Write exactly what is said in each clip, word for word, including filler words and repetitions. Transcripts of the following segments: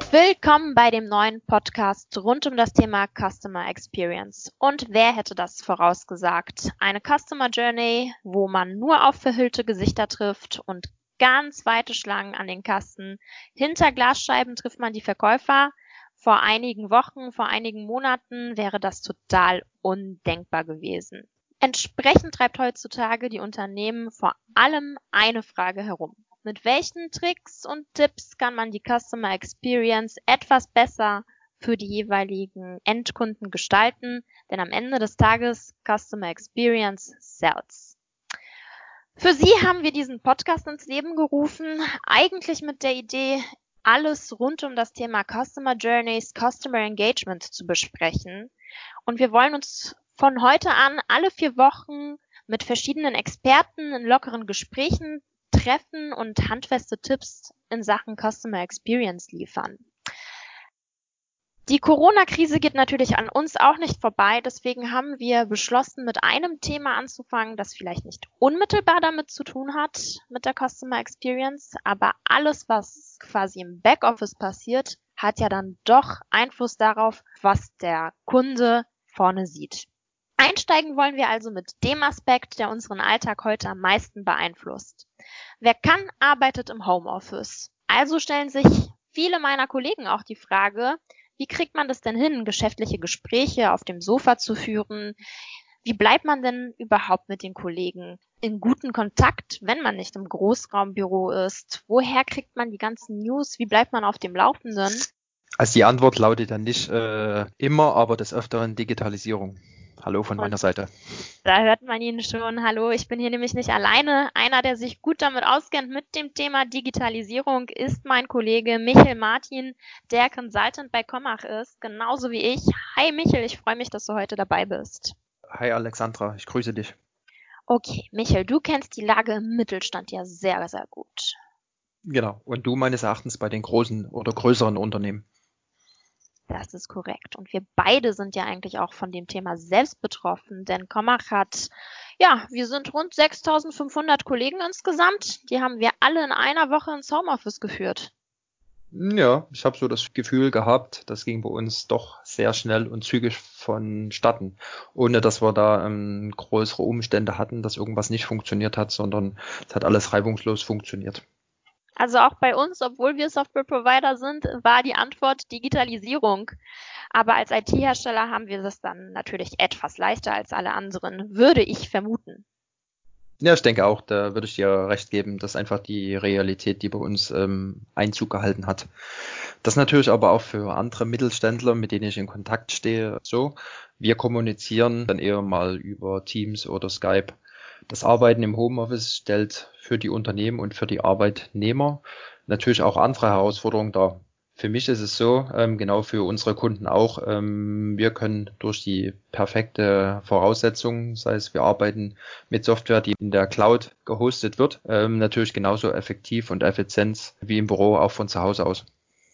Willkommen bei dem neuen Podcast rund um das Thema Customer Experience. Und wer hätte das vorausgesagt? Eine Customer Journey, wo man nur auf verhüllte Gesichter trifft und ganz weite Schlangen an den Kassen. Hinter Glasscheiben trifft man die Verkäufer. Vor einigen Wochen, vor einigen Monaten wäre das total undenkbar gewesen. Entsprechend treibt heutzutage die Unternehmen vor allem eine Frage herum. Mit welchen Tricks und Tipps kann man die Customer Experience etwas besser für die jeweiligen Endkunden gestalten? Denn am Ende des Tages, Customer Experience sells. Für Sie haben wir diesen Podcast ins Leben gerufen, eigentlich mit der Idee, alles rund um das Thema Customer Journeys, Customer Engagement zu besprechen. Und wir wollen uns von heute an alle vier Wochen mit verschiedenen Experten in lockeren Gesprächen treffen und handfeste Tipps in Sachen Customer Experience liefern. Die Corona-Krise geht natürlich an uns auch nicht vorbei, deswegen haben wir beschlossen, mit einem Thema anzufangen, das vielleicht nicht unmittelbar damit zu tun hat, mit der Customer Experience, aber alles, was quasi im Backoffice passiert, hat ja dann doch Einfluss darauf, was der Kunde vorne sieht. Einsteigen wollen wir also mit dem Aspekt, der unseren Alltag heute am meisten beeinflusst. Wer kann, arbeitet im Homeoffice. Also stellen sich viele meiner Kollegen auch die Frage, wie kriegt man das denn hin, geschäftliche Gespräche auf dem Sofa zu führen? Wie bleibt man denn überhaupt mit den Kollegen in guten Kontakt, wenn man nicht im Großraumbüro ist? Woher kriegt man die ganzen News? Wie bleibt man auf dem Laufenden? Also die Antwort lautet dann nicht äh, immer, aber des Öfteren Digitalisierung. Hallo von meiner Und Seite. Da hört man ihn schon. Hallo, ich bin hier nämlich nicht alleine. Einer, der sich gut damit auskennt mit dem Thema Digitalisierung, ist mein Kollege Michel Martin, der Consultant bei Commach ist, genauso wie ich. Hi Michel, ich freue mich, dass du heute dabei bist. Hi Alexandra, ich grüße dich. Okay, Michel, du kennst die Lage im Mittelstand ja sehr, sehr gut. Genau, und du meines Erachtens bei den großen oder größeren Unternehmen. Das ist korrekt. Und wir beide sind ja eigentlich auch von dem Thema selbst betroffen, denn Commach hat, ja, wir sind rund sechstausendfünfhundert Kollegen insgesamt. Die haben wir alle in einer Woche ins Homeoffice geführt. Ja, ich habe so das Gefühl gehabt, das ging bei uns doch sehr schnell und zügig vonstatten, ohne dass wir da ähm, größere Umstände hatten, dass irgendwas nicht funktioniert hat, sondern es hat alles reibungslos funktioniert. Also auch bei uns, obwohl wir Software-Provider sind, war die Antwort Digitalisierung. Aber als I T-Hersteller haben wir das dann natürlich etwas leichter als alle anderen, würde ich vermuten. Ja, ich denke auch, da würde ich dir recht geben, dass einfach die Realität, die bei uns ähm, Einzug gehalten hat. Das natürlich aber auch für andere Mittelständler, mit denen ich in Kontakt stehe, so. Wir kommunizieren dann eher mal über Teams oder Skype. Das Arbeiten im Homeoffice stellt für die Unternehmen und für die Arbeitnehmer natürlich auch andere Herausforderungen dar. Für mich ist es so, ähm, genau für unsere Kunden auch, ähm, wir können durch die perfekte Voraussetzung, sei es wir arbeiten mit Software, die in der Cloud gehostet wird, ähm, natürlich genauso effektiv und effizient wie im Büro auch von zu Hause aus.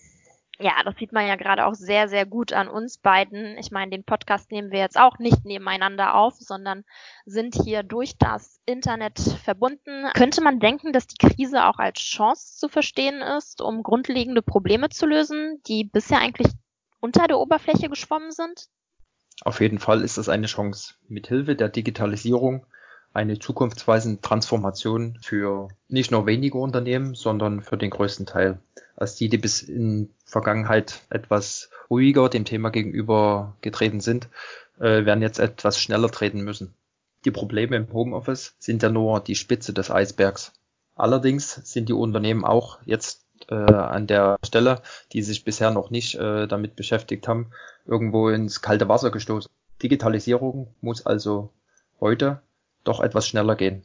Ja, das sieht man ja gerade auch sehr, sehr gut an uns beiden. Ich meine, den Podcast nehmen wir jetzt auch nicht nebeneinander auf, sondern sind hier durch das Internet verbunden. Könnte man denken, dass die Krise auch als Chance zu verstehen ist, um grundlegende Probleme zu lösen, die bisher eigentlich unter der Oberfläche geschwommen sind? Auf jeden Fall ist das eine Chance. Mithilfe der Digitalisierung eine zukunftsweisende Transformation für nicht nur wenige Unternehmen, sondern für den größten Teil. Als die, die bis in Vergangenheit etwas ruhiger dem Thema gegenüber getreten sind, äh, werden jetzt etwas schneller treten müssen. Die Probleme im Homeoffice sind ja nur die Spitze des Eisbergs. Allerdings sind die Unternehmen auch jetzt äh, an der Stelle, die sich bisher noch nicht äh, damit beschäftigt haben, irgendwo ins kalte Wasser gestoßen. Digitalisierung muss also heute doch etwas schneller gehen.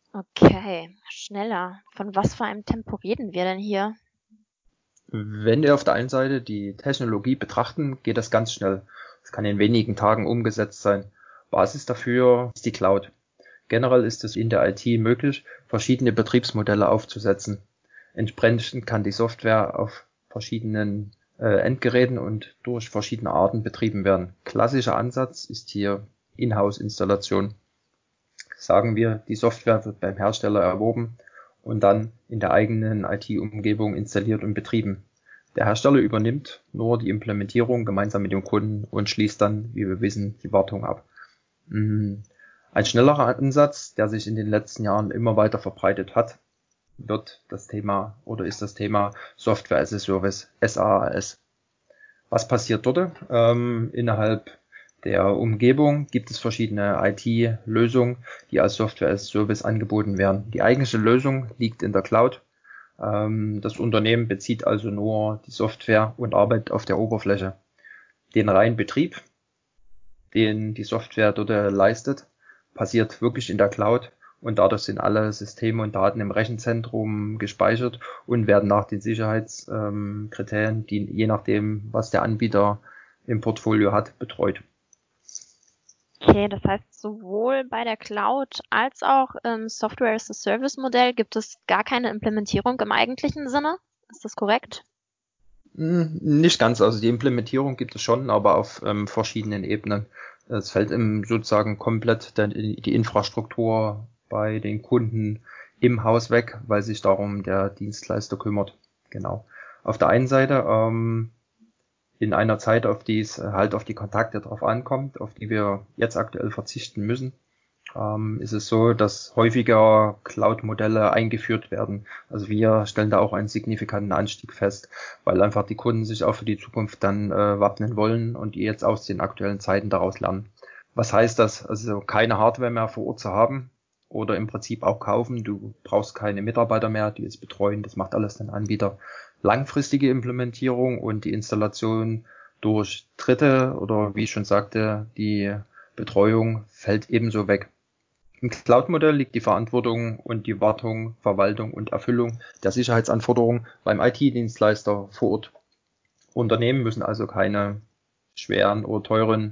Okay, schneller. Von was für einem Tempo reden wir denn hier? Wenn wir auf der einen Seite die Technologie betrachten, geht das ganz schnell. Es kann in wenigen Tagen umgesetzt sein. Basis dafür ist die Cloud. Generell ist es in der I T möglich, verschiedene Betriebsmodelle aufzusetzen. Entsprechend kann die Software auf verschiedenen äh, Endgeräten und durch verschiedene Arten betrieben werden. Klassischer Ansatz ist hier Inhouse-Installation. Sagen wir, die Software wird beim Hersteller erworben und dann in der eigenen I T-Umgebung installiert und betrieben. Der Hersteller übernimmt nur die Implementierung gemeinsam mit dem Kunden und schließt dann, wie wir wissen, die Wartung ab. Ein schnellerer Ansatz, der sich in den letzten Jahren immer weiter verbreitet hat, wird das Thema oder ist das Thema Software as a Service, S A A S. Was passiert dort? Ähm, innerhalb der Umgebung gibt es verschiedene I T-Lösungen, die als Software as a Service angeboten werden. Die eigentliche Lösung liegt in der Cloud. Ähm, das Unternehmen bezieht also nur die Software und arbeitet auf der Oberfläche. Den reinen Betrieb, den die Software dort leistet, passiert wirklich in der Cloud. Und dadurch sind alle Systeme und Daten im Rechenzentrum gespeichert und werden nach den Sicherheitskriterien, die je nachdem, was der Anbieter im Portfolio hat, betreut. Okay, das heißt, sowohl bei der Cloud als auch im Software as a Service Modell gibt es gar keine Implementierung im eigentlichen Sinne. Ist das korrekt? Nicht ganz. Also die Implementierung gibt es schon, aber auf ähm, verschiedenen Ebenen. Es fällt im sozusagen komplett die Infrastruktur bei den Kunden im Haus weg, weil sich darum der Dienstleister kümmert. Genau. Auf der einen Seite ähm, in einer Zeit, auf die es halt auf die Kontakte drauf ankommt, auf die wir jetzt aktuell verzichten müssen, ähm, ist es so, dass häufiger Cloud-Modelle eingeführt werden. Also wir stellen da auch einen signifikanten Anstieg fest, weil einfach die Kunden sich auch für die Zukunft dann äh, wappnen wollen und die jetzt aus den aktuellen Zeiten daraus lernen. Was heißt das? Also keine Hardware mehr vor Ort zu haben oder im Prinzip auch kaufen. Du brauchst keine Mitarbeiter mehr, die es betreuen. Das macht alles dein Anbieter. Langfristige Implementierung und die Installation durch Dritte oder wie ich schon sagte, die Betreuung fällt ebenso weg. Im Cloud-Modell liegt die Verantwortung und die Wartung, Verwaltung und Erfüllung der Sicherheitsanforderungen beim I T-Dienstleister vor Ort. Unternehmen müssen also keine schweren oder teuren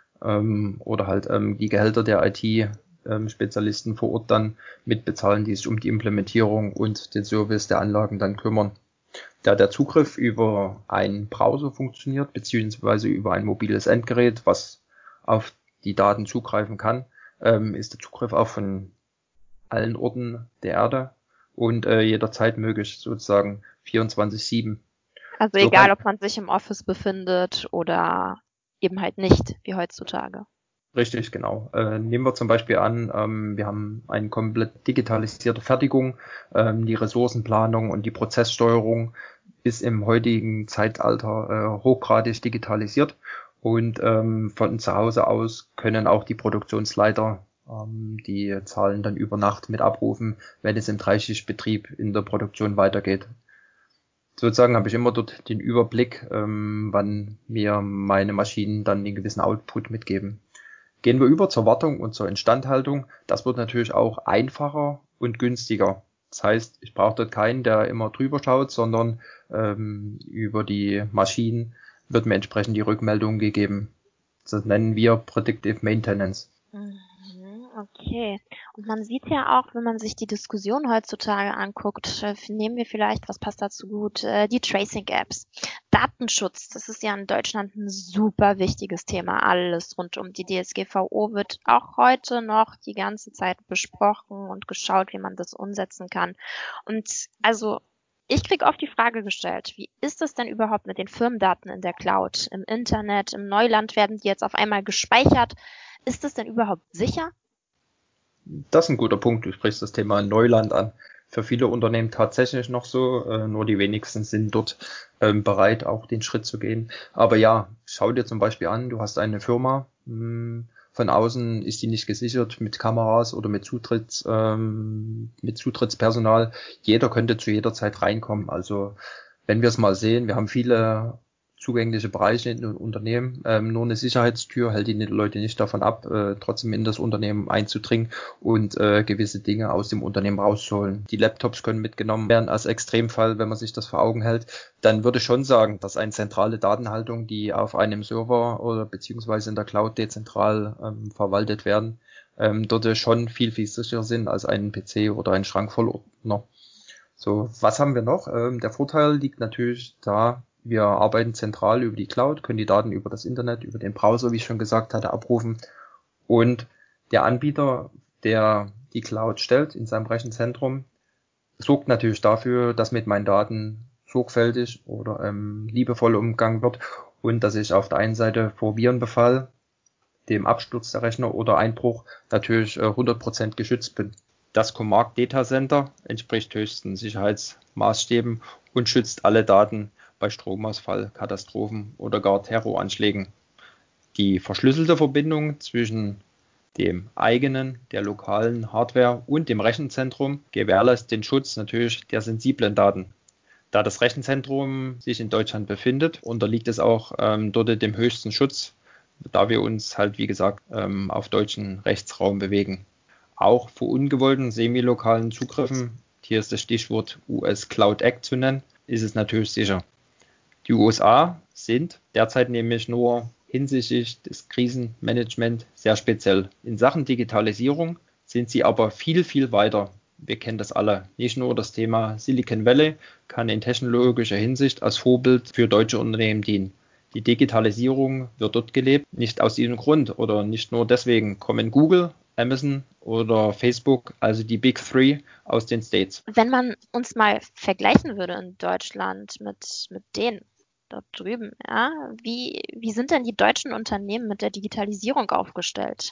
ähm, oder halt ähm, die Gehälter der I T-Spezialisten vor Ort dann mitbezahlen, die sich um die Implementierung und den Service der Anlagen dann kümmern. Da der Zugriff über einen Browser funktioniert, beziehungsweise über ein mobiles Endgerät, was auf die Daten zugreifen kann, ähm, ist der Zugriff auch von allen Orten der Erde und äh, jederzeit möglich, sozusagen vierundzwanzig sieben. Also So egal, kann, ob man sich im Office befindet oder eben halt nicht, wie heutzutage. Richtig, genau. Äh, nehmen wir zum Beispiel an, ähm, wir haben eine komplett digitalisierte Fertigung, ähm, die Ressourcenplanung und die Prozesssteuerung ist im heutigen Zeitalter äh, hochgradig digitalisiert und ähm, von zu Hause aus können auch die Produktionsleiter ähm, die Zahlen dann über Nacht mit abrufen, wenn es im Dreischichtbetrieb in der Produktion weitergeht. Sozusagen habe ich immer dort den Überblick, ähm, wann mir meine Maschinen dann den gewissen Output mitgeben. Gehen wir über zur Wartung und zur Instandhaltung. Das wird natürlich auch einfacher und günstiger. Das heißt, ich brauche dort keinen, der immer drüber schaut, sondern ähm, über die Maschinen wird mir entsprechend die Rückmeldung gegeben. Das nennen wir Predictive Maintenance. Mhm, okay. Und man sieht ja auch, wenn man sich die Diskussion heutzutage anguckt, äh, nehmen wir vielleicht, was passt dazu gut, äh, die Tracing-Apps. Datenschutz, das ist ja in Deutschland ein super wichtiges Thema. Alles rund um die D S G V O wird auch heute noch die ganze Zeit besprochen und geschaut, wie man das umsetzen kann. Und also ich krieg oft die Frage gestellt, wie ist es denn überhaupt mit den Firmendaten in der Cloud, im Internet, im Neuland werden die jetzt auf einmal gespeichert? Ist es denn überhaupt sicher? Das ist ein guter Punkt. Du sprichst das Thema Neuland an. Für viele Unternehmen tatsächlich noch so, äh, nur die wenigsten sind dort ähm, bereit, auch den Schritt zu gehen. Aber ja, schau dir zum Beispiel an, du hast eine Firma, mh, von außen ist die nicht gesichert mit Kameras oder mit Zutritts, ähm, mit Zutrittspersonal. Jeder könnte zu jeder Zeit reinkommen. Also wenn wir es mal sehen, wir haben viele zugängliche Bereiche in den Unternehmen. Ähm, nur eine Sicherheitstür hält die Leute nicht davon ab, äh, trotzdem in das Unternehmen einzudringen und äh, gewisse Dinge aus dem Unternehmen rauszuholen. Die Laptops können mitgenommen werden als Extremfall, wenn man sich das vor Augen hält. Dann würde ich schon sagen, dass eine zentrale Datenhaltung, die auf einem Server oder beziehungsweise in der Cloud dezentral ähm, verwaltet werden, ähm, dort schon viel, viel sicherer sind als ein P C oder ein Schrank voll Ordner. So, was haben wir noch? Ähm, der Vorteil liegt natürlich da, wir arbeiten zentral über die Cloud, können die Daten über das Internet, über den Browser, wie ich schon gesagt hatte, abrufen. Und der Anbieter, der die Cloud stellt in seinem Rechenzentrum, sorgt natürlich dafür, dass mit meinen Daten sorgfältig oder ähm, liebevoll umgegangen wird und dass ich auf der einen Seite vor Virenbefall, dem Absturz der Rechner oder Einbruch natürlich äh, hundert Prozent geschützt bin. Das Comarch Data Center entspricht höchsten Sicherheitsmaßstäben und schützt alle Daten bei Stromausfall, Katastrophen oder gar Terroranschlägen. Die verschlüsselte Verbindung zwischen dem eigenen, der lokalen Hardware und dem Rechenzentrum gewährleistet den Schutz natürlich der sensiblen Daten. Da das Rechenzentrum sich in Deutschland befindet, unterliegt es auch ähm, dort dem höchsten Schutz, da wir uns halt, wie gesagt, ähm, auf deutschen Rechtsraum bewegen. Auch vor ungewollten semilokalen Zugriffen, hier ist das Stichwort U S Cloud Act zu nennen, ist es natürlich sicher. Die U S A sind derzeit nämlich nur hinsichtlich des Krisenmanagements sehr speziell. In Sachen Digitalisierung sind sie aber viel, viel weiter. Wir kennen das alle. Nicht nur das Thema Silicon Valley kann in technologischer Hinsicht als Vorbild für deutsche Unternehmen dienen. Die Digitalisierung wird dort gelebt, nicht aus diesem Grund oder nicht nur deswegen kommen Google, Amazon oder Facebook, also die Big Three aus den States. Wenn man uns mal vergleichen würde in Deutschland mit, mit denen dort drüben, ja, wie, wie sind denn die deutschen Unternehmen mit der Digitalisierung aufgestellt?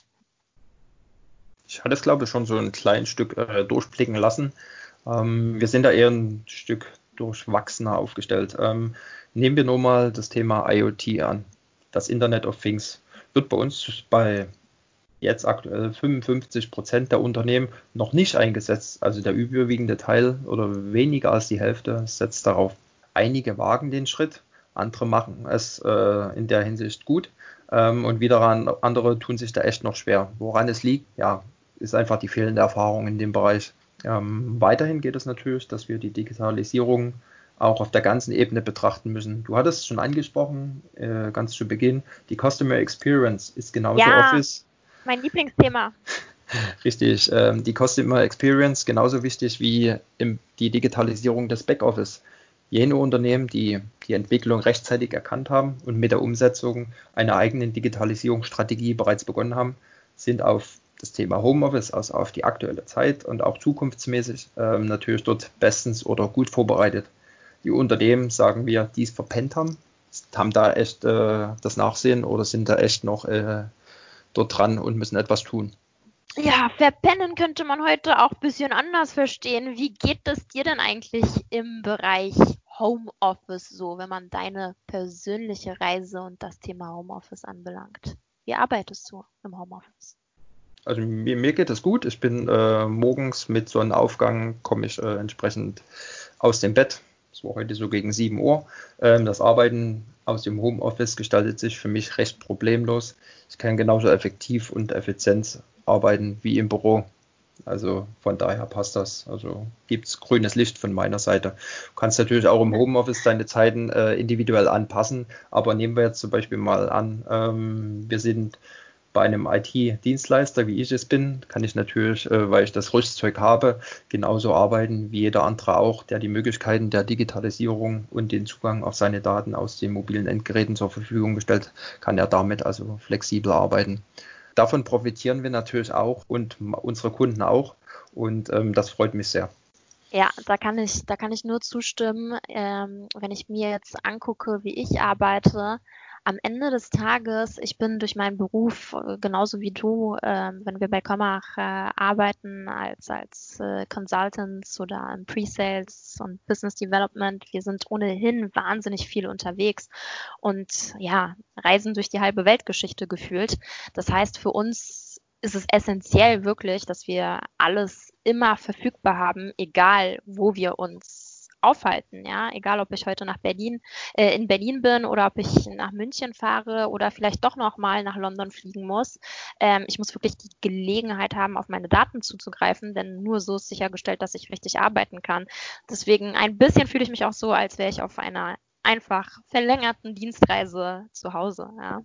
Ich hatte es, glaube ich, schon so ein kleines Stück äh, durchblicken lassen. Ähm, wir sind da eher ein Stück durchwachsener aufgestellt. Ähm, nehmen wir nur mal das Thema IoT an. Das Internet of Things wird bei uns bei jetzt aktuell fünfundfünfzig Prozent der Unternehmen noch nicht eingesetzt. Also der überwiegende Teil oder weniger als die Hälfte setzt darauf. Einige wagen den Schritt, andere machen es äh, in der Hinsicht gut ähm, und wieder andere tun sich da echt noch schwer. Woran es liegt, ja, ist einfach die fehlende Erfahrung in dem Bereich. Ähm, weiterhin geht es natürlich, dass wir die Digitalisierung auch auf der ganzen Ebene betrachten müssen. Du hattest es schon angesprochen, äh, ganz zu Beginn, die Customer Experience ist genauso Ja, Office. Mein Lieblingsthema. Richtig, ähm, die Customer Experience genauso wichtig wie im, die Digitalisierung des Backoffice. Jene Unternehmen, die die Entwicklung rechtzeitig erkannt haben und mit der Umsetzung einer eigenen Digitalisierungsstrategie bereits begonnen haben, sind auf das Thema Homeoffice, also auf die aktuelle Zeit und auch zukunftsmäßig ähm, natürlich dort bestens oder gut vorbereitet. Die Unternehmen, sagen wir, die es verpennt haben, haben da echt äh, das Nachsehen oder sind da echt noch äh, dort dran und müssen etwas tun. Ja, verpennen könnte man heute auch ein bisschen anders verstehen. Wie geht es dir denn eigentlich im Bereich Homeoffice so, wenn man deine persönliche Reise und das Thema Homeoffice anbelangt? Wie arbeitest du im Homeoffice? Also mir, mir geht es gut. Ich bin äh, morgens mit Sonnenaufgang, komme ich äh, entsprechend aus dem Bett. Es war heute so gegen sieben Uhr. Ähm, das Arbeiten aus dem Homeoffice gestaltet sich für mich recht problemlos. Ich kann genauso effektiv und effizient arbeiten wie im Büro. Also von daher passt das. Also gibt es grünes Licht von meiner Seite. Du kannst natürlich auch im Homeoffice deine Zeiten äh, individuell anpassen. Aber nehmen wir jetzt zum Beispiel mal an, ähm, wir sind bei einem I T-Dienstleister, wie ich es bin, kann ich natürlich, äh, weil ich das Rüstzeug habe, genauso arbeiten wie jeder andere auch, der die Möglichkeiten der Digitalisierung und den Zugang auf seine Daten aus den mobilen Endgeräten zur Verfügung gestellt, kann er damit also flexibel arbeiten. Davon profitieren wir natürlich auch und unsere Kunden auch und ähm, das freut mich sehr. Ja, da kann ich, da kann ich nur zustimmen. Ähm, wenn ich mir jetzt angucke, wie ich arbeite, am Ende des Tages, ich bin durch meinen Beruf äh, genauso wie du, ähm, wenn wir bei Comarch äh, arbeiten als als äh, Consultants oder im Pre-Sales und Business Development, wir sind ohnehin wahnsinnig viel unterwegs und ja, reisen durch die halbe Weltgeschichte gefühlt. Das heißt, für uns ist es essentiell wirklich, dass wir alles immer verfügbar haben, egal wo wir uns aufhalten, ja, egal ob ich heute nach Berlin, äh, in Berlin bin oder ob ich nach München fahre oder vielleicht doch noch mal nach London fliegen muss. Ähm, ich muss wirklich die Gelegenheit haben, auf meine Daten zuzugreifen, denn nur so ist sichergestellt, dass ich richtig arbeiten kann. Deswegen ein bisschen fühle ich mich auch so, als wäre ich auf einer einfach verlängerten Dienstreise zu Hause, ja.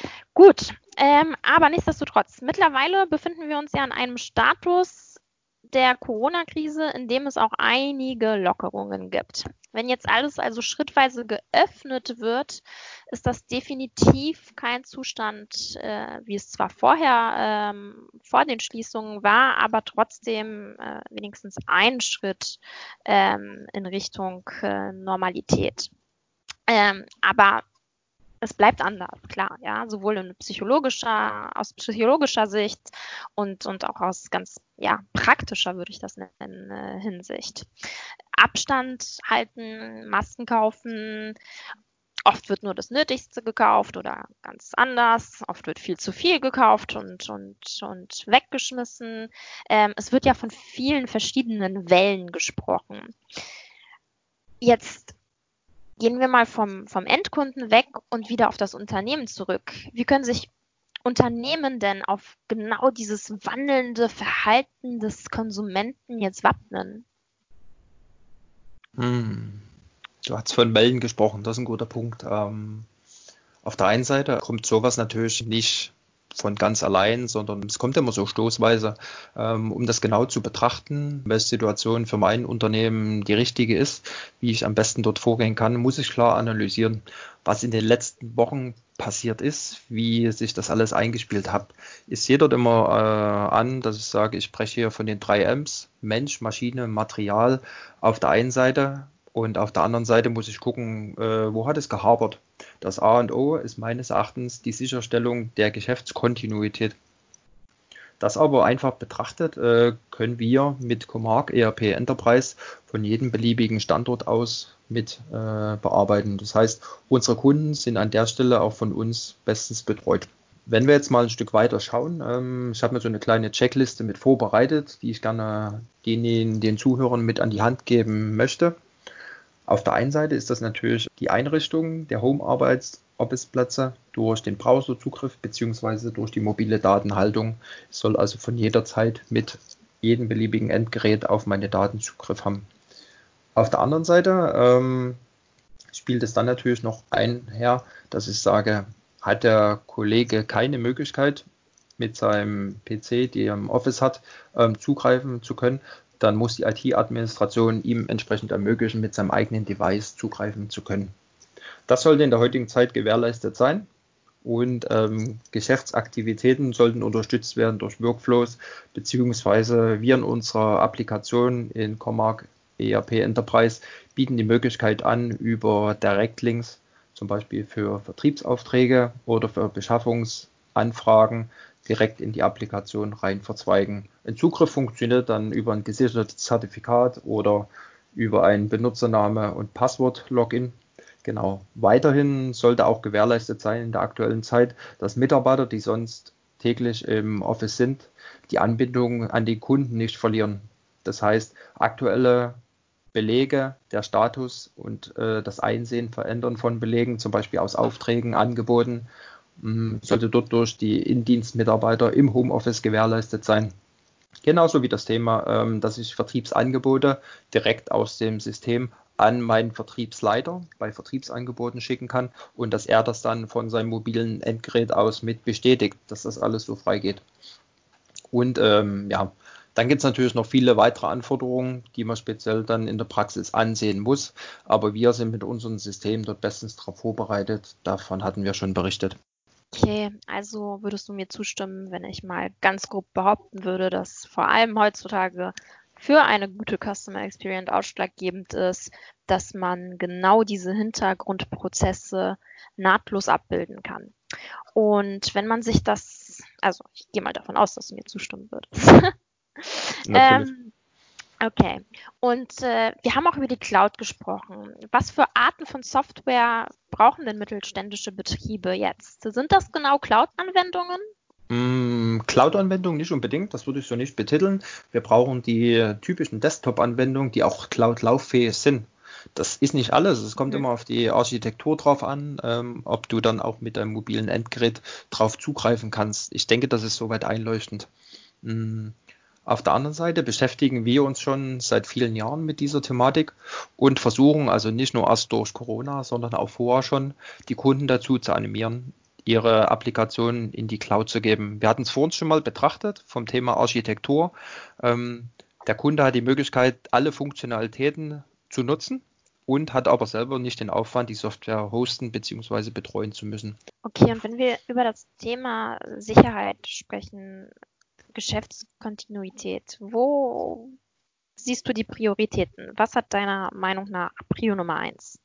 Gut, ähm, aber nichtsdestotrotz, mittlerweile befinden wir uns ja in einem Status, der Corona-Krise, in dem es auch einige Lockerungen gibt. Wenn jetzt alles also schrittweise geöffnet wird, ist das definitiv kein Zustand, äh, wie es zwar vorher ähm, vor den Schließungen war, aber trotzdem äh, wenigstens ein Schritt ähm, in Richtung äh, Normalität. Ähm, aber es bleibt anders, klar, ja, sowohl in psychologischer, aus psychologischer Sicht und, und auch aus ganz, ja, praktischer, würde ich das nennen, äh, Hinsicht. Abstand halten, Masken kaufen, oft wird nur das Nötigste gekauft oder ganz anders, oft wird viel zu viel gekauft und, und, und weggeschmissen. Ähm, es wird ja von vielen verschiedenen Wellen gesprochen. Jetzt gehen wir mal vom, vom Endkunden weg und wieder auf das Unternehmen zurück. Wie können sich Unternehmen denn auf genau dieses wandelnde Verhalten des Konsumenten jetzt wappnen? Hm. Du hast von Wellen gesprochen, das ist ein guter Punkt. Ähm, auf der einen Seite kommt sowas natürlich nicht von ganz allein, sondern es kommt immer so stoßweise. Ähm, um das genau zu betrachten, welche Situation für mein Unternehmen die richtige ist, wie ich am besten dort vorgehen kann, muss ich klar analysieren, was in den letzten Wochen passiert ist, wie sich das alles eingespielt hat. Ich sehe dort immer äh, an, dass ich sage, ich spreche hier von den drei M's, Mensch, Maschine, Material auf der einen Seite. Und auf der anderen Seite muss ich gucken, äh, wo hat es gehapert. Das A und O ist meines Erachtens die Sicherstellung der Geschäftskontinuität. Das aber einfach betrachtet, äh, können wir mit Comarch E R P Enterprise von jedem beliebigen Standort aus mit äh, bearbeiten. Das heißt, unsere Kunden sind an der Stelle auch von uns bestens betreut. Wenn wir jetzt mal ein Stück weiter schauen, ähm, ich habe mir so eine kleine Checkliste mit vorbereitet, die ich gerne den, den Zuhörern mit an die Hand geben möchte. Auf der einen Seite ist das natürlich die Einrichtung der Home-Arbeits-Office-Plätze durch den Browserzugriff bzw. durch die mobile Datenhaltung. Ich soll also von jeder Zeit mit jedem beliebigen Endgerät auf meine Daten Zugriff haben. Auf der anderen Seite ähm, spielt es dann natürlich noch einher, dass ich sage, hat der Kollege keine Möglichkeit, mit seinem P C, die er im Office hat, ähm, zugreifen zu können, dann muss die I T-Administration ihm entsprechend ermöglichen, mit seinem eigenen Device zugreifen zu können. Das sollte in der heutigen Zeit gewährleistet sein und ähm, Geschäftsaktivitäten sollten unterstützt werden durch Workflows, beziehungsweise wir in unserer Applikation in Comarch E R P Enterprise bieten die Möglichkeit an, über Direktlinks, zum Beispiel für Vertriebsaufträge oder für Beschaffungsanfragen, direkt in die Applikation rein verzweigen. Ein Zugriff funktioniert dann über ein gesichertes Zertifikat oder über ein Benutzername- und Passwort-Login. Genau. Weiterhin sollte auch gewährleistet sein in der aktuellen Zeit, dass Mitarbeiter, die sonst täglich im Office sind, die Anbindung an den Kunden nicht verlieren. Das heißt, aktuelle Belege, der Status und äh, das Einsehen, Verändern von Belegen, zum Beispiel aus Aufträgen, Angeboten, mh, sollte dort durch die Indienstmitarbeiter im Homeoffice gewährleistet sein. Genauso wie das Thema, ähm, dass ich Vertriebsangebote direkt aus dem System an meinen Vertriebsleiter bei Vertriebsangeboten schicken kann und dass er das dann von seinem mobilen Endgerät aus mit bestätigt, dass das alles so frei geht. Und ähm, ja, dann gibt es natürlich noch viele weitere Anforderungen, die man speziell dann in der Praxis ansehen muss. Aber wir sind mit unserem System dort bestens darauf vorbereitet. Davon hatten wir schon berichtet. Okay, also würdest du mir zustimmen, wenn ich mal ganz grob behaupten würde, dass vor allem heutzutage für eine gute Customer Experience ausschlaggebend ist, dass man genau diese Hintergrundprozesse nahtlos abbilden kann. Und wenn man sich das, also ich gehe mal davon aus, dass du mir zustimmen würdest. Natürlich. ähm, Okay. Und äh, wir haben auch über die Cloud gesprochen. Was für Arten von Software brauchen denn mittelständische Betriebe jetzt? Sind das genau Cloud-Anwendungen? Mm, Cloud-Anwendungen nicht unbedingt, das würde ich so nicht betiteln. Wir brauchen die typischen Desktop-Anwendungen, die auch Cloud-lauffähig sind. Das ist nicht alles. Es kommt Mhm. immer auf die Architektur drauf an, ähm, ob du dann auch mit deinem mobilen Endgerät drauf zugreifen kannst. Ich denke, das ist soweit einleuchtend. Mm, Auf der anderen Seite beschäftigen wir uns schon seit vielen Jahren mit dieser Thematik und versuchen also nicht nur erst durch Corona, sondern auch vorher schon die Kunden dazu zu animieren, ihre Applikationen in die Cloud zu geben. Wir hatten es vor uns schon mal betrachtet vom Thema Architektur. Ähm, Der Kunde hat die Möglichkeit, alle Funktionalitäten zu nutzen und hat aber selber nicht den Aufwand, die Software hosten bzw. betreuen zu müssen. Okay, und wenn wir über das Thema Sicherheit sprechen, Geschäftskontinuität, wo siehst du die Prioritäten? Was hat deiner Meinung nach Prio Nummer eins?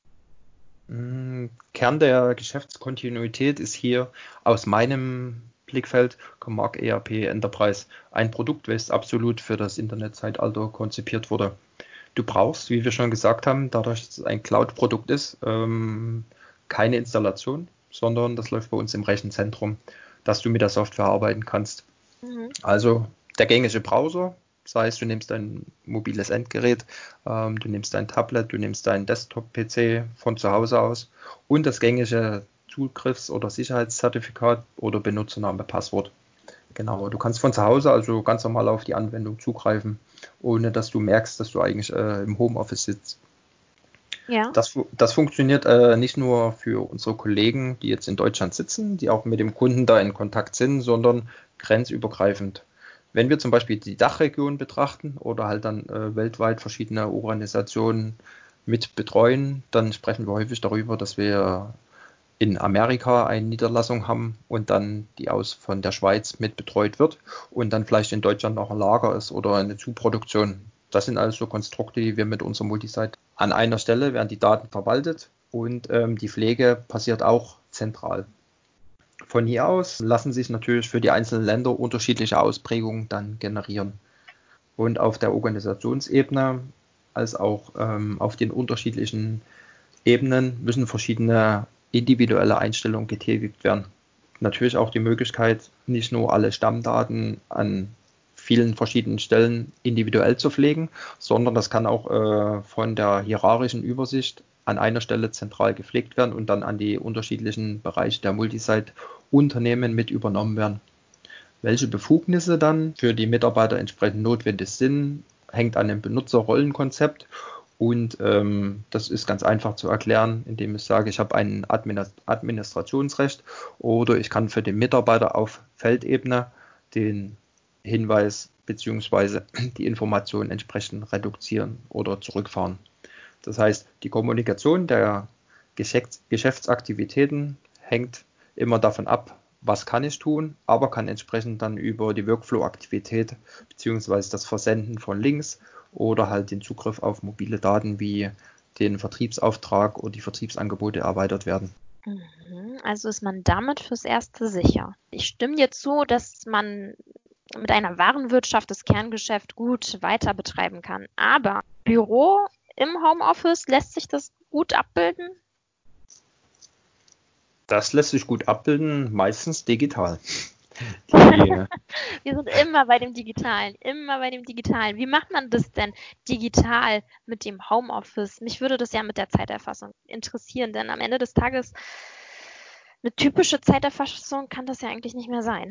Kern der Geschäftskontinuität ist hier aus meinem Blickfeld Comarch E R P Enterprise, ein Produkt, welches absolut für das Internetzeitalter konzipiert wurde. Du brauchst, wie wir schon gesagt haben, dadurch, dass es ein Cloud-Produkt ist, ähm, keine Installation, sondern das läuft bei uns im Rechenzentrum, dass du mit der Software arbeiten kannst. Mhm. Also der gängige Browser, das heißt, du nimmst ein mobiles Endgerät, ähm, du nimmst dein Tablet, du nimmst deinen Desktop-P C von zu Hause aus und das gängige Zugriffs- oder Sicherheitszertifikat oder Benutzername, Passwort. Genau, du kannst von zu Hause also ganz normal auf die Anwendung zugreifen, ohne dass du merkst, dass du eigentlich äh, im Homeoffice sitzt. Ja. Das, das funktioniert äh, nicht nur für unsere Kollegen, die jetzt in Deutschland sitzen, die auch mit dem Kunden da in Kontakt sind, sondern grenzübergreifend. Wenn wir zum Beispiel die Dachregion betrachten oder halt dann äh, weltweit verschiedene Organisationen mit betreuen, dann sprechen wir häufig darüber, dass wir in Amerika eine Niederlassung haben und dann die aus von der Schweiz mit betreut wird und dann vielleicht in Deutschland noch ein Lager ist oder eine Zuproduktion. Das sind also Konstrukte, die wir mit unserer Multisite an einer Stelle werden die Daten verwaltet und ähm, die Pflege passiert auch zentral. Von hier aus lassen sich natürlich für die einzelnen Länder unterschiedliche Ausprägungen dann generieren. Und auf der Organisationsebene als auch ähm, auf den unterschiedlichen Ebenen müssen verschiedene individuelle Einstellungen getätigt werden. Natürlich auch die Möglichkeit, nicht nur alle Stammdaten an vielen verschiedenen Stellen individuell zu pflegen, sondern das kann auch äh, von der hierarchischen Übersicht an einer Stelle zentral gepflegt werden und dann an die unterschiedlichen Bereiche der Multisite-Unternehmen mit übernommen werden. Welche Befugnisse dann für die Mitarbeiter entsprechend notwendig sind, hängt an dem Benutzerrollenkonzept und ähm, das ist ganz einfach zu erklären, indem ich sage, ich habe ein Administrationsrecht oder ich kann für den Mitarbeiter auf Feldebene den Hinweis bzw. die Information entsprechend reduzieren oder zurückfahren. Das heißt, die Kommunikation der Geschäfts- Geschäftsaktivitäten hängt immer davon ab, was kann ich tun, aber kann entsprechend dann über die Workflow-Aktivität bzw. das Versenden von Links oder halt den Zugriff auf mobile Daten wie den Vertriebsauftrag oder die Vertriebsangebote erweitert werden. Also ist man damit fürs Erste sicher. Ich stimme dir zu, dass man mit einer Warenwirtschaft das Kerngeschäft gut weiter betreiben kann. Aber Büro im Homeoffice, lässt sich das gut abbilden? Das lässt sich gut abbilden, meistens digital. Die, Wir sind immer bei dem Digitalen, immer bei dem Digitalen. Wie macht man das denn digital mit dem Homeoffice? Mich würde das ja mit der Zeiterfassung interessieren, denn am Ende des Tages eine typische Zeiterfassung kann das ja eigentlich nicht mehr sein.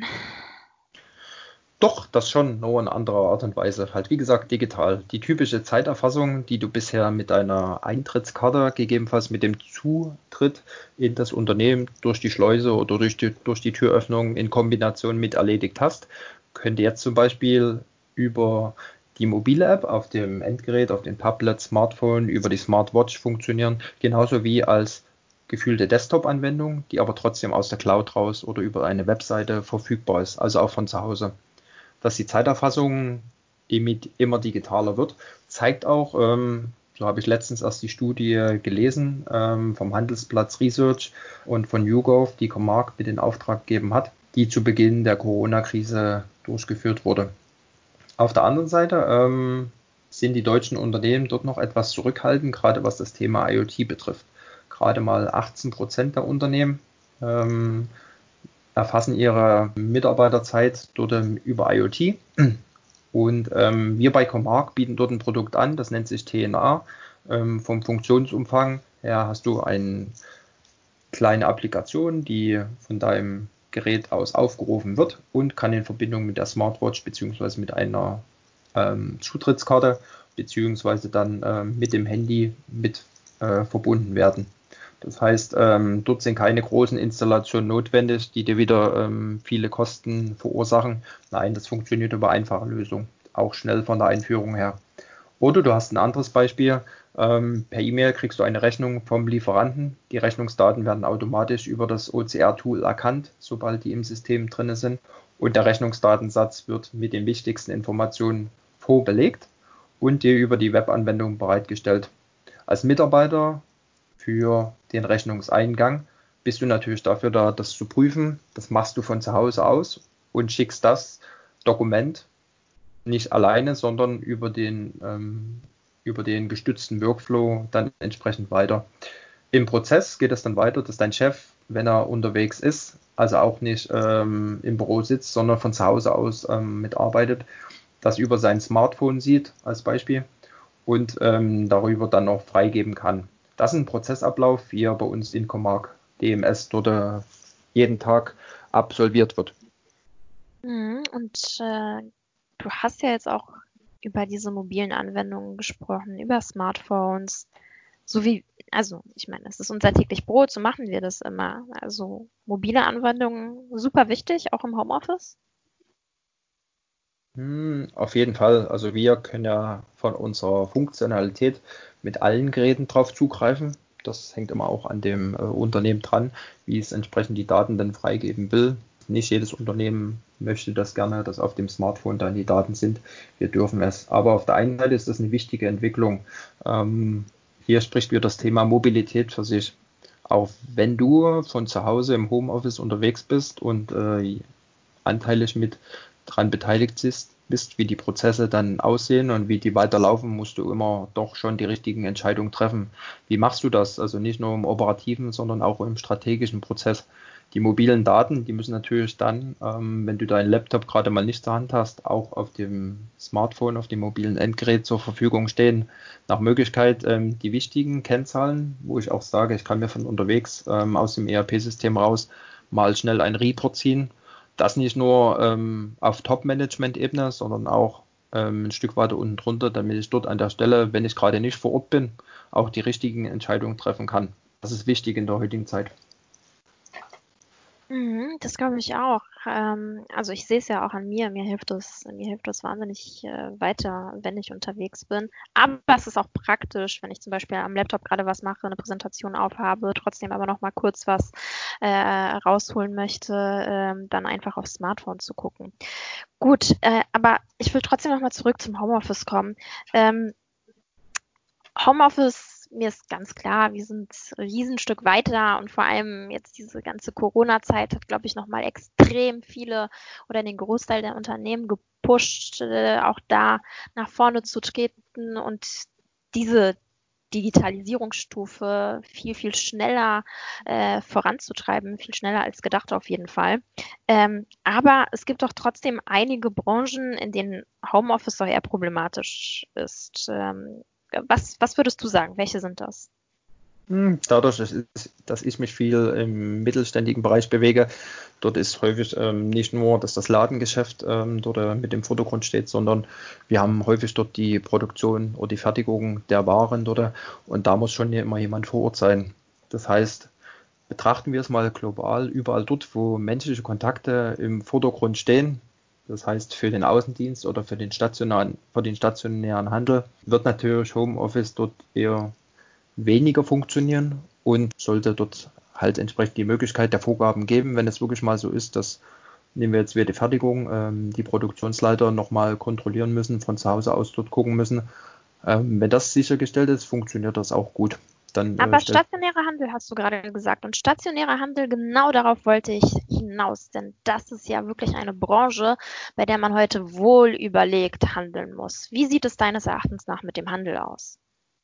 Doch, das schon, nur in anderer Art und Weise. Halt, wie gesagt, digital. Die typische Zeiterfassung, die du bisher mit deiner Eintrittskarte, gegebenenfalls mit dem Zutritt in das Unternehmen durch die Schleuse oder durch die, durch die Türöffnung in Kombination mit erledigt hast, könnte jetzt zum Beispiel über die mobile App auf dem Endgerät, auf dem Tablet, Smartphone, über die Smartwatch funktionieren, genauso wie als gefühlte Desktop-Anwendung, die aber trotzdem aus der Cloud raus oder über eine Webseite verfügbar ist, also auch von zu Hause. Dass die Zeiterfassung immer digitaler wird, zeigt auch, ähm, so habe ich letztens erst die Studie gelesen ähm, vom Handelsplatz Research und von YouGov, die Comarch mit in Auftrag gegeben hat, die zu Beginn der Corona-Krise durchgeführt wurde. Auf der anderen Seite ähm, sind die deutschen Unternehmen dort noch etwas zurückhaltend, gerade was das Thema IoT betrifft. Gerade mal achtzehn Prozent der Unternehmen ähm, erfassen ihre Mitarbeiterzeit dort über IoT. Und ähm, wir bei Comarch bieten dort ein Produkt an, das nennt sich T N A. Ähm, vom Funktionsumfang her hast du eine kleine Applikation, die von deinem Gerät aus aufgerufen wird und kann in Verbindung mit der Smartwatch bzw. mit einer ähm, Zutrittskarte bzw. dann ähm, mit dem Handy mit äh, verbunden werden. Das heißt, ähm, dort sind keine großen Installationen notwendig, die dir wieder ähm, viele Kosten verursachen. Nein, das funktioniert über einfache Lösungen. auch schnell von der Einführung her. Oder du hast ein anderes Beispiel. Ähm, per E-Mail kriegst du eine Rechnung vom Lieferanten. Die Rechnungsdaten werden automatisch über das O C R-Tool erkannt, sobald die im System drin sind. Und der Rechnungsdatensatz wird mit den wichtigsten Informationen vorbelegt und dir über die Webanwendung bereitgestellt. Als Mitarbeiter für den Rechnungseingang bist du natürlich dafür da, das zu prüfen. Das machst du von zu Hause aus und schickst das Dokument nicht alleine, sondern über den, ähm, über den gestützten Workflow dann entsprechend weiter. Im Prozess geht es dann weiter, dass dein Chef, wenn er unterwegs ist, also auch nicht ähm, im Büro sitzt, sondern von zu Hause aus ähm, mitarbeitet, das über sein Smartphone sieht als Beispiel und ähm, darüber dann noch freigeben kann. Das ist ein Prozessablauf, wie er bei uns in Comarch D M S dort äh, jeden Tag absolviert wird. Mhm. Und äh, du hast ja jetzt auch über diese mobilen Anwendungen gesprochen, über Smartphones, so wie, also ich meine, es ist unser täglich Brot, so machen wir das immer. Also mobile Anwendungen super wichtig, auch im Homeoffice. Hm, auf jeden Fall. Also wir können ja von unserer Funktionalität mit allen Geräten drauf zugreifen. Das hängt immer auch an dem äh, Unternehmen dran, wie es entsprechend die Daten dann freigeben will. Nicht jedes Unternehmen möchte das gerne, dass auf dem Smartphone dann die Daten sind. Wir dürfen es. Aber auf der einen Seite ist das eine wichtige Entwicklung. Ähm, hier spricht wieder das Thema Mobilität für sich. Auch wenn du von zu Hause im Homeoffice unterwegs bist und äh, anteilig mit dran beteiligt bist, bist, wie die Prozesse dann aussehen und wie die weiterlaufen, musst du immer doch schon die richtigen Entscheidungen treffen. Wie machst du das? Also nicht nur im operativen, sondern auch im strategischen Prozess. Die mobilen Daten, die müssen natürlich dann, ähm, wenn du deinen Laptop gerade mal nicht zur Hand hast, auch auf dem Smartphone, auf dem mobilen Endgerät zur Verfügung stehen. Nach Möglichkeit ähm, die wichtigen Kennzahlen, wo ich auch sage, ich kann mir von unterwegs ähm, aus dem E R P-System raus mal schnell ein Report ziehen. Das nicht nur ähm, auf Top-Management-Ebene, sondern auch ähm, ein Stück weiter unten drunter, damit ich dort an der Stelle, wenn ich gerade nicht vor Ort bin, auch die richtigen Entscheidungen treffen kann. Das ist wichtig in der heutigen Zeit. Mhm, das glaube ich auch. Ähm, also ich sehe es ja auch an mir. Mir hilft das, mir hilft das wahnsinnig äh, weiter, wenn ich unterwegs bin. Aber es ist auch praktisch, wenn ich zum Beispiel am Laptop gerade was mache, eine Präsentation aufhabe, trotzdem aber noch mal kurz was äh, rausholen möchte, ähm, dann einfach aufs Smartphone zu gucken. Gut, äh, aber ich will trotzdem noch mal zurück zum Homeoffice kommen. Ähm, Homeoffice, mir ist ganz klar, wir sind ein Riesenstück weiter und vor allem jetzt diese ganze Corona-Zeit hat, glaube ich, nochmal extrem viele oder den Großteil der Unternehmen gepusht, äh, auch da nach vorne zu treten und diese Digitalisierungsstufe viel, viel schneller äh, voranzutreiben, viel schneller als gedacht auf jeden Fall. Ähm, aber es gibt doch trotzdem einige Branchen, in denen Homeoffice doch eher problematisch ist. Ähm, was, was würdest du sagen? Welche sind das? Hm, Dadurch, dass ich, dass ich mich viel im mittelständigen Bereich bewege, dort ist häufig ähm, nicht nur, dass das Ladengeschäft ähm, dort äh, mit im Vordergrund steht, sondern wir haben häufig dort die Produktion oder die Fertigung der Waren dort äh, und da muss schon immer jemand vor Ort sein. Das heißt, betrachten wir es mal global, überall dort, wo menschliche Kontakte im Vordergrund stehen, das heißt für den Außendienst oder für den stationären, für den stationären Handel, wird natürlich Homeoffice dort eher weniger funktionieren und sollte dort halt entsprechend die Möglichkeit der Vorgaben geben, wenn es wirklich mal so ist, dass, nehmen wir jetzt wieder die Fertigung, ähm, die Produktionsleiter nochmal kontrollieren müssen, von zu Hause aus dort gucken müssen. Ähm, wenn das sichergestellt ist, funktioniert das auch gut. Dann äh, Aber stellt stationärer Handel hast du gerade gesagt. Und stationärer Handel, genau darauf wollte ich hinaus. Denn das ist ja wirklich eine Branche, bei der man heute wohl überlegt handeln muss. Wie sieht es deines Erachtens nach mit dem Handel aus?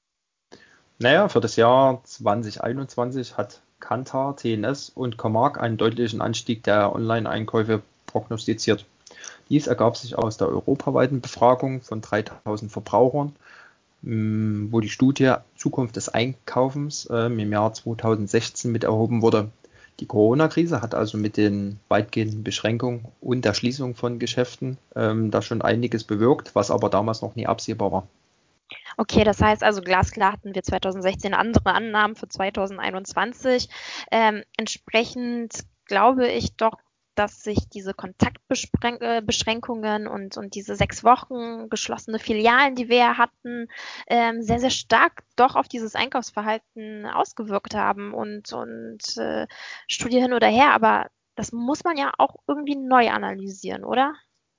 Naja, für das Jahr zwanzig einundzwanzig hat Kantar, T N S und Comarch einen deutlichen Anstieg der Online-Einkäufe prognostiziert. Dies ergab sich aus der europaweiten Befragung von dreitausend Verbrauchern, mh, wo die Studie Zukunft des Einkaufens äh, im Jahr zweitausendsechzehn mit erhoben wurde. Die Corona-Krise hat also mit den weitgehenden Beschränkungen und der Schließung von Geschäften ähm, da schon einiges bewirkt, was aber damals noch nie absehbar war. Okay, das heißt also glasklar hatten wir zweitausendsechzehn andere Annahmen für zweitausendeinundzwanzig. Ähm, entsprechend glaube ich doch, dass sich diese Kontaktbeschränkungen und, und diese sechs Wochen geschlossene Filialen, die wir ja hatten, ähm, sehr, sehr stark doch auf dieses Einkaufsverhalten ausgewirkt haben und, und äh, Studie hin oder her, aber das muss man ja auch irgendwie neu analysieren, oder?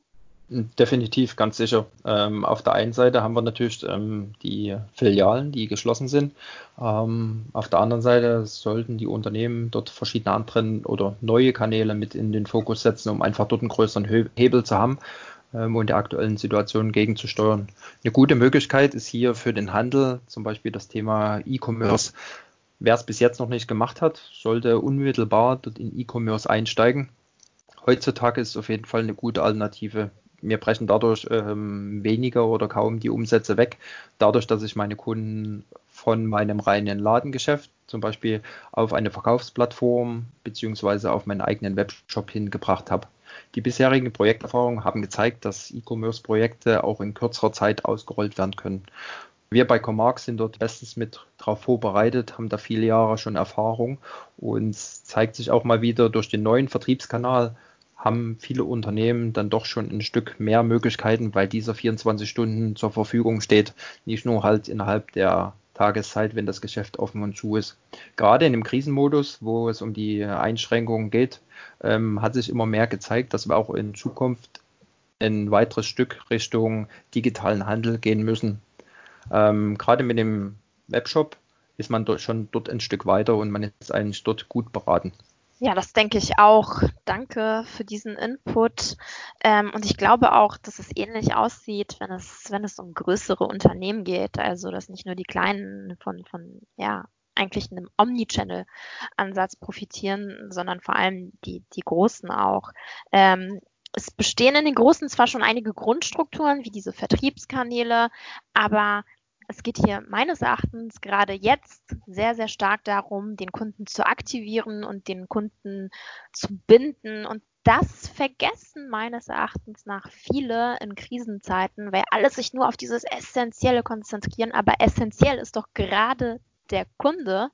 Definitiv, ganz sicher. Ähm, auf der einen Seite haben wir natürlich ähm, die Filialen, die geschlossen sind. Ähm, auf der anderen Seite sollten die Unternehmen dort verschiedene anderen oder neue Kanäle mit in den Fokus setzen, um einfach dort einen größeren He- Hebel zu haben ähm, und der aktuellen Situation gegenzusteuern. Eine gute Möglichkeit ist hier für den Handel zum Beispiel das Thema E-Commerce. Wer es bis jetzt noch nicht gemacht hat, sollte unmittelbar dort in E-Commerce einsteigen. Heutzutage ist es auf jeden Fall eine gute Alternative. Mir brechen dadurch ähm, weniger oder kaum die Umsätze weg, dadurch, dass ich meine Kunden von meinem reinen Ladengeschäft zum Beispiel auf eine Verkaufsplattform beziehungsweise auf meinen eigenen Webshop hingebracht habe. Die bisherigen Projekterfahrungen haben gezeigt, dass E-Commerce-Projekte auch in kürzerer Zeit ausgerollt werden können. Wir bei Comarch sind dort bestens mit darauf vorbereitet, haben da viele Jahre schon Erfahrung und es zeigt sich auch mal wieder durch den neuen Vertriebskanal, haben viele Unternehmen dann doch schon ein Stück mehr Möglichkeiten, weil dieser vierundzwanzig Stunden zur Verfügung steht, nicht nur halt innerhalb der Tageszeit, wenn das Geschäft offen und zu ist. Gerade in dem Krisenmodus, wo es um die Einschränkungen geht, ähm, hat sich immer mehr gezeigt, dass wir auch in Zukunft ein weiteres Stück Richtung digitalen Handel gehen müssen. Ähm, gerade mit dem Webshop ist man dort schon dort ein Stück weiter und man ist eigentlich dort gut beraten. Ja, das denke ich auch. Danke für diesen Input. Ähm, und ich glaube auch, dass es ähnlich aussieht, wenn es, wenn es um größere Unternehmen geht. Also, dass nicht nur die kleinen von, von, ja, eigentlich einem Omnichannel-Ansatz profitieren, sondern vor allem die, die Großen auch. Ähm, es bestehen in den Großen zwar schon einige Grundstrukturen, wie diese Vertriebskanäle, aber es geht hier meines Erachtens gerade jetzt sehr, sehr stark darum, den Kunden zu aktivieren und den Kunden zu binden. Und das vergessen meines Erachtens nach viele in Krisenzeiten, weil alle sich nur auf dieses Essentielle konzentrieren. Aber essentiell ist doch gerade der Kunde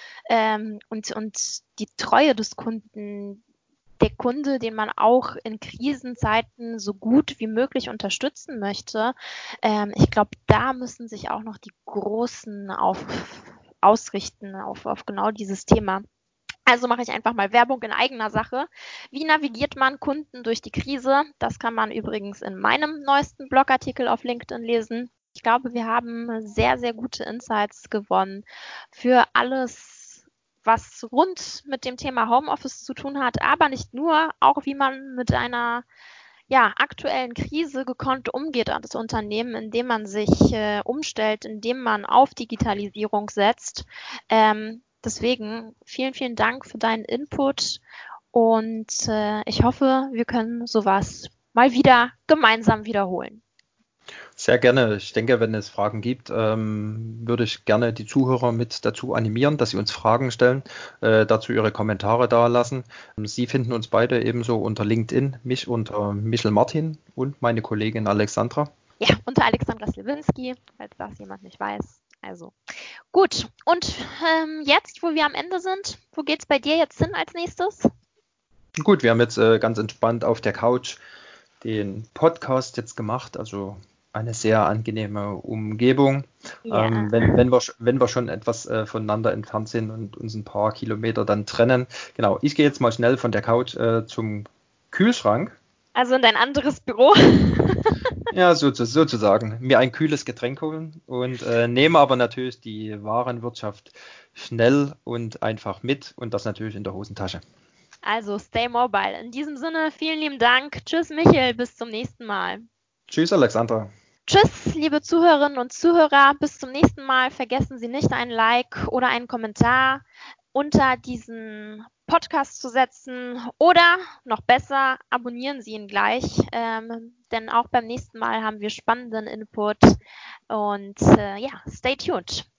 ähm, und, und die Treue des Kunden, der Kunde, den man auch in Krisenzeiten so gut wie möglich unterstützen möchte. Ähm, ich glaube, da müssen sich auch noch die Großen auf, ausrichten auf, auf genau dieses Thema. Also mache ich einfach mal Werbung in eigener Sache. Wie navigiert man Kunden durch die Krise? Das kann man übrigens in meinem neuesten Blogartikel auf LinkedIn lesen. Ich glaube, wir haben sehr, sehr gute Insights gewonnen für alles, was rund mit dem Thema Homeoffice zu tun hat, aber nicht nur, auch wie man mit einer ja, aktuellen Krise gekonnt umgeht als Unternehmen, indem man sich äh, umstellt, indem man auf Digitalisierung setzt. Ähm, deswegen vielen, vielen Dank für deinen Input und äh, ich hoffe, wir können sowas mal wieder gemeinsam wiederholen. Sehr gerne. Ich denke, wenn es Fragen gibt, ähm, würde ich gerne die Zuhörer mit dazu animieren, dass sie uns Fragen stellen, äh, dazu ihre Kommentare dalassen. Sie finden uns beide ebenso unter LinkedIn, mich unter Michel Martin und meine Kollegin Alexandra. Ja, unter Alexandra Slewinski, falls das jemand nicht weiß. Also gut. Und ähm, jetzt, wo wir am Ende sind, wo geht's bei dir jetzt hin als nächstes? Gut, wir haben jetzt äh, ganz entspannt auf der Couch den Podcast jetzt gemacht, also eine sehr angenehme Umgebung. Ja. Ähm, wenn, wenn, wir, wenn wir schon etwas äh, voneinander entfernt sind und uns ein paar Kilometer dann trennen. Genau, ich gehe jetzt mal schnell von der Couch äh, zum Kühlschrank. Also in dein anderes Büro. Ja, so, sozusagen. Mir ein kühles Getränk holen und äh, nehme aber natürlich die Warenwirtschaft schnell und einfach mit und das natürlich in der Hosentasche. Also stay mobile. In diesem Sinne, vielen lieben Dank. Tschüss, Michael. Bis zum nächsten Mal. Tschüss, Alexandra. Tschüss, liebe Zuhörerinnen und Zuhörer. Bis zum nächsten Mal. Vergessen Sie nicht, einen Like oder einen Kommentar unter diesen Podcast zu setzen. Oder noch besser, abonnieren Sie ihn gleich. Ähm, denn auch beim nächsten Mal haben wir spannenden Input. Und äh, ja, stay tuned.